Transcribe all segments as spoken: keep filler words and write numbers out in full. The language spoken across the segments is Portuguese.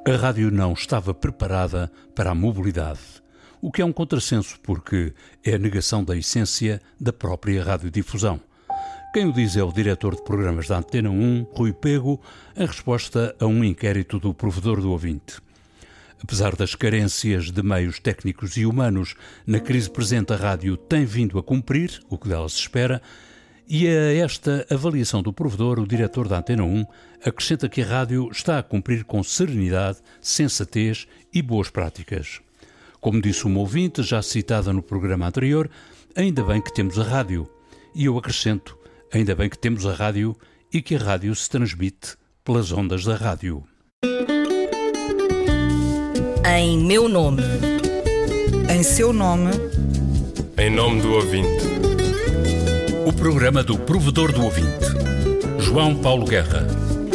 A rádio não estava preparada para a mobilidade, o que é um contrassenso porque é a negação da essência da própria radiodifusão. Quem o diz é o diretor de programas da Antena um, Rui Pego, em resposta a um inquérito do provedor do ouvinte. Apesar das carências de meios técnicos e humanos, na crise presente a rádio tem vindo a cumprir o que dela se espera, e a esta avaliação do provedor, o diretor da Antena um acrescenta que a rádio está a cumprir com serenidade, sensatez e boas práticas. Como disse uma ouvinte, já citada no programa anterior, ainda bem que temos a rádio. E eu acrescento, ainda bem que temos a rádio e que a rádio se transmite pelas ondas da rádio. Em meu nome. Em seu nome. Em nome do ouvinte. O programa do provedor do ouvinte, João Paulo Guerra.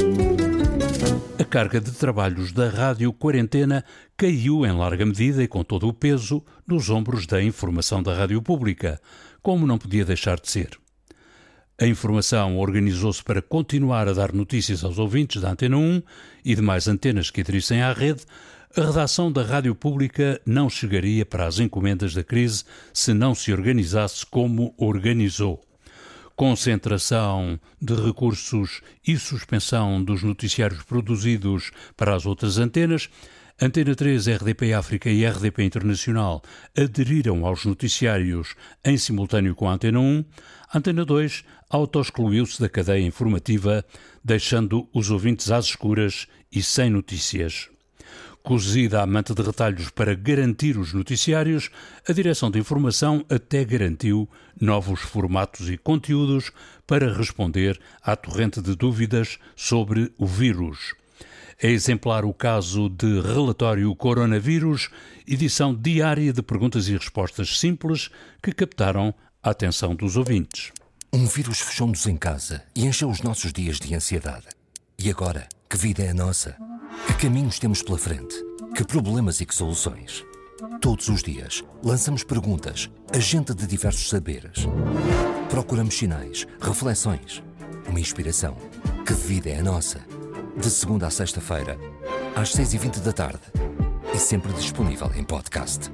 A carga de trabalhos da Rádio Quarentena caiu em larga medida e com todo o peso nos ombros da informação da Rádio Pública, como não podia deixar de ser. A informação organizou-se para continuar a dar notícias aos ouvintes da Antena um e demais antenas que aderissem à rede. A redação da Rádio Pública não chegaria para as encomendas da crise se não se organizasse como organizou. Concentração de recursos e suspensão dos noticiários produzidos para as outras antenas, Antena três, R D P África e R D P Internacional aderiram aos noticiários em simultâneo com a Antena um, a Antena dois auto-excluiu-se da cadeia informativa, deixando os ouvintes às escuras e sem notícias. Cozida à manta de retalhos para garantir os noticiários, a Direção de Informação até garantiu novos formatos e conteúdos para responder à torrente de dúvidas sobre o vírus. É exemplar o caso de Relatório Coronavírus, edição diária de perguntas e respostas simples que captaram a atenção dos ouvintes. Um vírus fechou-nos em casa e encheu os nossos dias de ansiedade. E agora, que vida é a nossa? Que caminhos temos pela frente? Que problemas e que soluções? Todos os dias lançamos perguntas, agenda de diversos saberes. Procuramos sinais, reflexões, uma inspiração. Que vida é a nossa? De segunda a sexta-feira, às seis e vinte da tarde. E sempre disponível em podcast.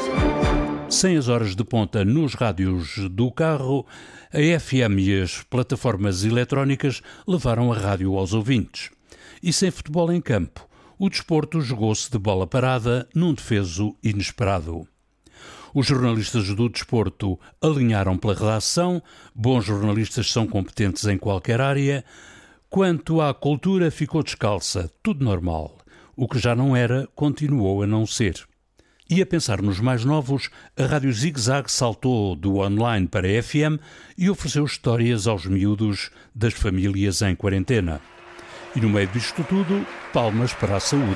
Sem as horas de ponta nos rádios do carro, a F M e as plataformas eletrónicas levaram a rádio aos ouvintes. E sem futebol em campo, o desporto jogou-se de bola parada num defeso inesperado. Os jornalistas do desporto alinharam pela redação, bons jornalistas são competentes em qualquer área. Quanto à cultura, ficou descalça, tudo normal. O que já não era, continuou a não ser. E a pensar nos mais novos, a Rádio Zig Zag saltou do online para a F M e ofereceu histórias aos miúdos das famílias em quarentena. E no meio disto tudo, palmas para a saúde.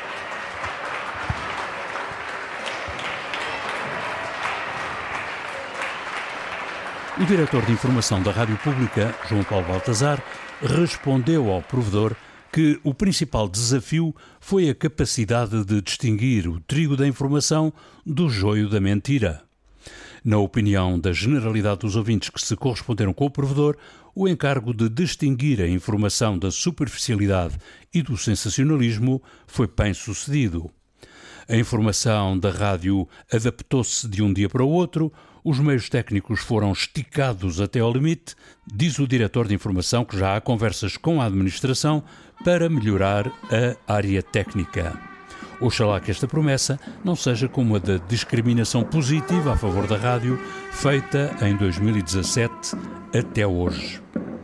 O diretor de informação da Rádio Pública, João Paulo Baltazar, respondeu ao provedor que o principal desafio foi a capacidade de distinguir o trigo da informação do joio da mentira. Na opinião da generalidade dos ouvintes que se corresponderam com o provedor, o encargo de distinguir a informação da superficialidade e do sensacionalismo foi bem sucedido. A informação da rádio adaptou-se de um dia para o outro, os meios técnicos foram esticados até ao limite, diz o diretor de informação que já há conversas com a administração para melhorar a área técnica. Oxalá que esta promessa não seja como a da discriminação positiva a favor da rádio, feita em dois mil e dezassete até hoje.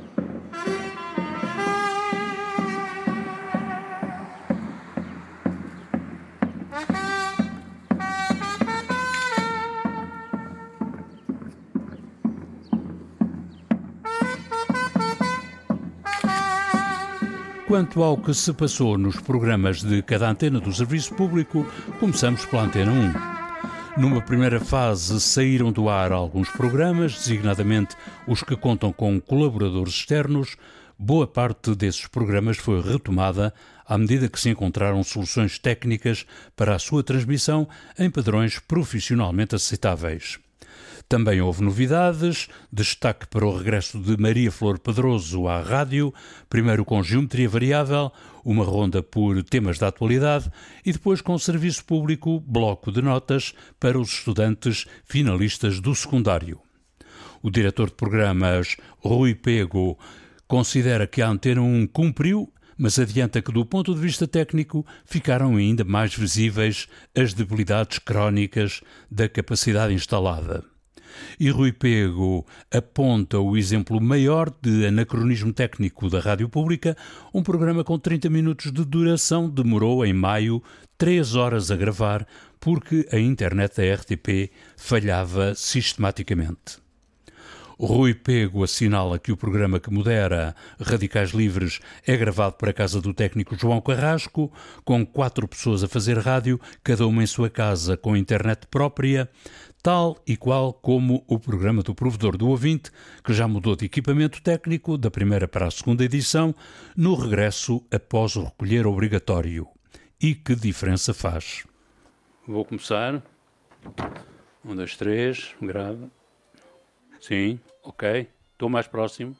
Quanto ao que se passou nos programas de cada antena do Serviço Público, começamos pela Antena um. Numa primeira fase saíram do ar alguns programas, designadamente os que contam com colaboradores externos. Boa parte desses programas foi retomada à medida que se encontraram soluções técnicas para a sua transmissão em padrões profissionalmente aceitáveis. Também houve novidades, destaque para o regresso de Maria Flor Pedroso à rádio, primeiro com Geometria Variável, uma ronda por temas da atualidade e depois com o Serviço Público, bloco de notas para os estudantes finalistas do secundário. O diretor de programas, Rui Pego, considera que a Antena um cumpriu, mas adianta que, do ponto de vista técnico, ficaram ainda mais visíveis as debilidades crónicas da capacidade instalada. E Rui Pego aponta o exemplo maior de anacronismo técnico da Rádio Pública. Um programa com trinta minutos de duração demorou, em maio, três horas a gravar, porque a internet da R T P falhava sistematicamente. Rui Pego assinala que o programa que modera Radicais Livres é gravado por a casa do técnico João Carrasco, com quatro pessoas a fazer rádio, cada uma em sua casa com internet própria, tal e qual como o programa do Provedor do Ouvinte, que já mudou de equipamento técnico da primeira para a segunda edição, no regresso após o recolher obrigatório. E que diferença faz? Vou começar. Um, dois, três, grava. Sim, ok. Estou mais próximo.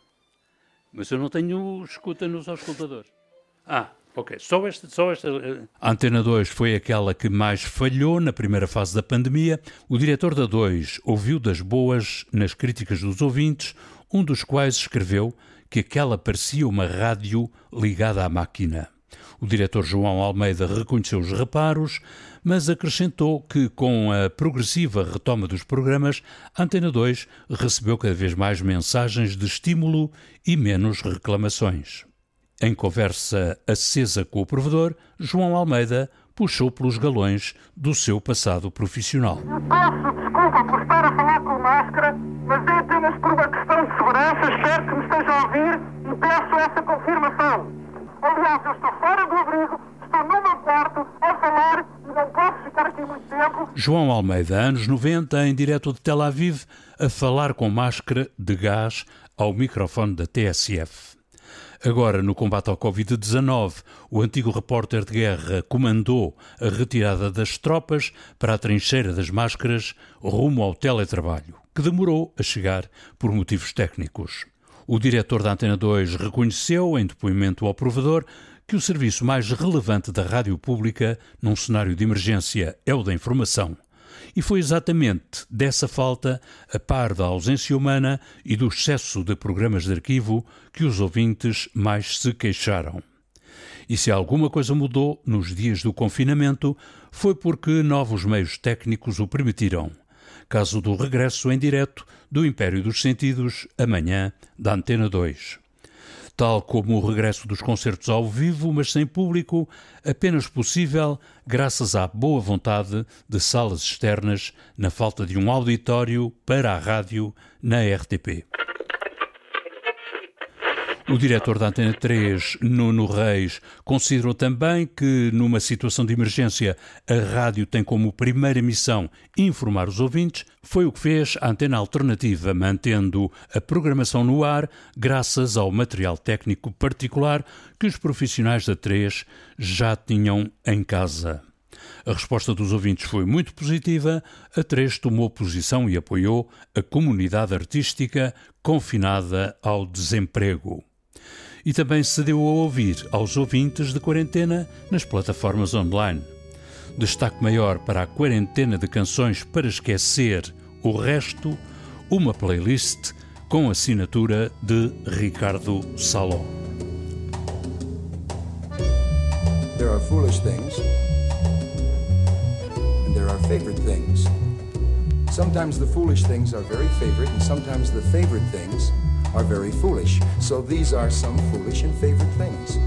Mas eu não tenho escuta nos auscultadores. Ah, ok. Só esta... Só esta... A Antena dois foi aquela que mais falhou na primeira fase da pandemia. O diretor da dois ouviu das boas nas críticas dos ouvintes, um dos quais escreveu que aquela parecia uma rádio ligada à máquina. O diretor João Almeida reconheceu os reparos, mas acrescentou que, com a progressiva retoma dos programas, a Antena dois recebeu cada vez mais mensagens de estímulo e menos reclamações. Em conversa acesa com o provedor, João Almeida puxou pelos galões do seu passado profissional. Eu peço desculpa por estar a falar com máscara, mas é apenas por uma questão de segurança. Espero que me esteja a ouvir e peço essa confirmação. Aliás, eu estou fora do abrigo, estou no meu quarto a falar e não posso ficar aqui muito tempo. João Almeida, anos noventa, em direto de Tel Aviv, a falar com máscara de gás ao microfone da T S F. Agora, no combate ao covid dezanove, o antigo repórter de guerra comandou a retirada das tropas para a trincheira das máscaras rumo ao teletrabalho, que demorou a chegar por motivos técnicos. O diretor da Antena dois reconheceu, em depoimento ao provedor, que o serviço mais relevante da rádio pública num cenário de emergência é o da informação. E foi exatamente dessa falta, a par da ausência humana e do excesso de programas de arquivo, que os ouvintes mais se queixaram. E se alguma coisa mudou nos dias do confinamento, foi porque novos meios técnicos o permitiram. Caso do regresso em direto do Império dos Sentidos, amanhã, da Antena dois. Tal como o regresso dos concertos ao vivo, mas sem público, apenas possível graças à boa vontade de salas externas na falta de um auditório para a rádio na R T P. O diretor da Antena três, Nuno Reis, considerou também que, numa situação de emergência, a rádio tem como primeira missão informar os ouvintes. Foi o que fez a Antena Alternativa, mantendo a programação no ar graças ao material técnico particular que os profissionais da três já tinham em casa. A resposta dos ouvintes foi muito positiva. A três tomou posição e apoiou a comunidade artística confinada ao desemprego. E também se deu a ouvir aos ouvintes de quarentena nas plataformas online. Destaque maior para a quarentena de canções para esquecer o resto, uma playlist com assinatura de Ricardo Saló. There are foolish things and there are favorite things. Sometimes the foolish things are very favorite and sometimes the favorite things are very foolish. So these are some foolish and favorite things.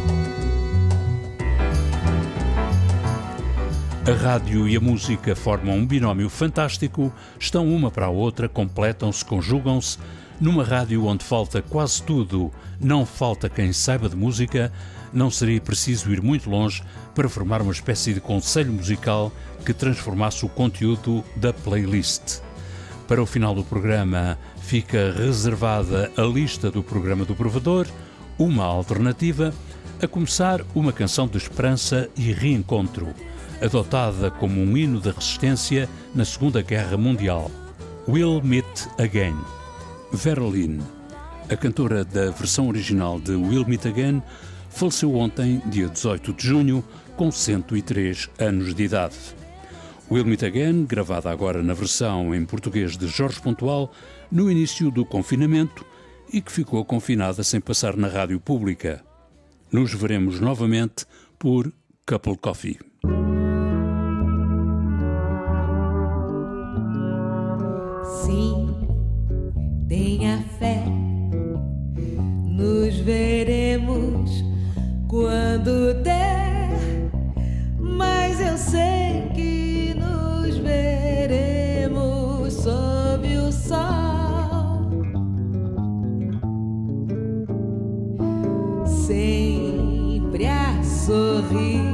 A rádio e a música formam um binómio fantástico, estão uma para a outra, completam-se, conjugam-se. Numa rádio onde falta quase tudo, não falta quem saiba de música, não seria preciso ir muito longe para formar uma espécie de conselho musical que transformasse o conteúdo da playlist. Para o final do programa fica reservada a lista do programa do provedor, uma alternativa, a começar uma canção de esperança e reencontro, adotada como um hino da resistência na Segunda Guerra Mundial. We'll Meet Again. Vera Lynn, a cantora da versão original de We'll Meet Again, faleceu ontem, dia dezoito de junho, com cento e três anos de idade. We'll Meet Again, gravada agora na versão em português de Jorge Pontual, no início do confinamento e que ficou confinada sem passar na rádio pública. Nos veremos novamente por Couple Coffee. Sim, tenha fé, nos veremos quando der, mas eu sei que nos veremos sob o sol, sempre a sorrir.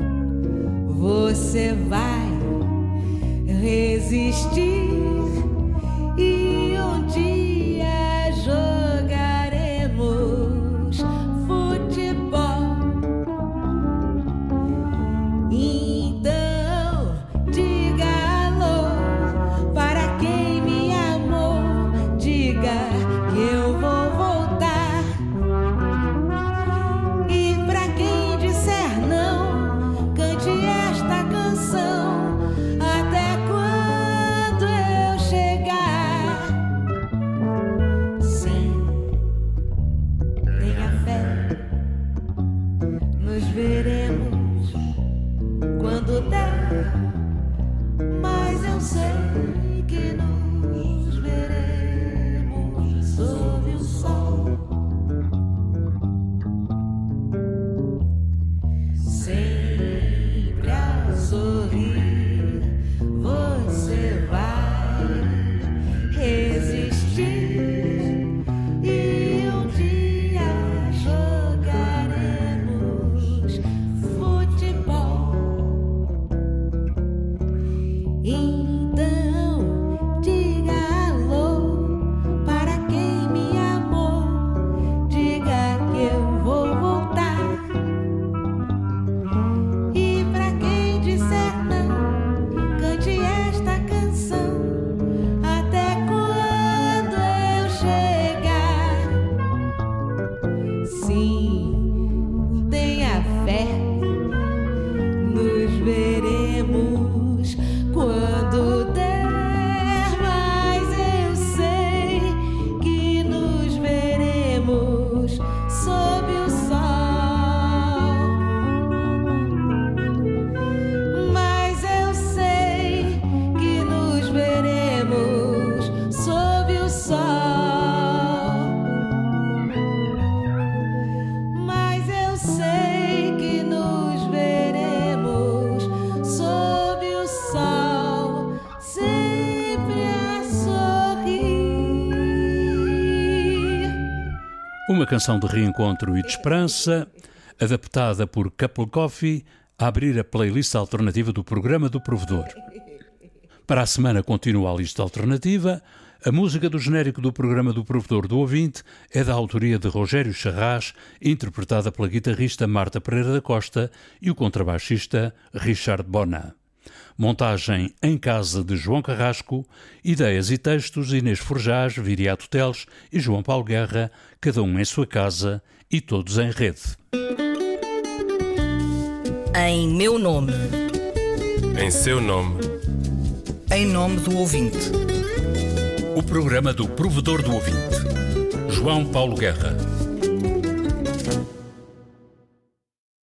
Você vai resistir e um dia jogaremos futebol. Então diga alô para quem me amou, diga que eu vou voltar. E para quem disser não, cante esta canção até quando eu chegar. Sim, tenha fé, nos veremos quando der, mas eu sei que nos veremos sob o sol, sempre a sorrir. Você vai resistir e um dia jogaremos futebol. Então diga alô para quem me amou, diga que eu vou voltar. E para quem disser não, cante esta canção até quando eu chegar. Sim, tenha fé, nos veremos quando der, mas eu sei que nos veremos sob o sol. Mas eu sei que nos veremos sob o sol. Mas eu sei que nos veremos sob o sol, sempre a sorrir. Uma canção de reencontro e de esperança, adaptada por Couple Coffee, a abrir a playlist alternativa do programa do Provedor. Para a semana continua a lista alternativa. A música do genérico do programa do Provedor do Ouvinte é da autoria de Rogério Charras, interpretada pela guitarrista Marta Pereira da Costa e o contrabaixista Richard Bona. Montagem em casa de João Carrasco, ideias e textos Inês Forjás, Viriato Teles e João Paulo Guerra, cada um em sua casa e todos em rede. Em meu nome. Em seu nome. Em nome do ouvinte. O programa do Provedor do Ouvinte. João Paulo Guerra.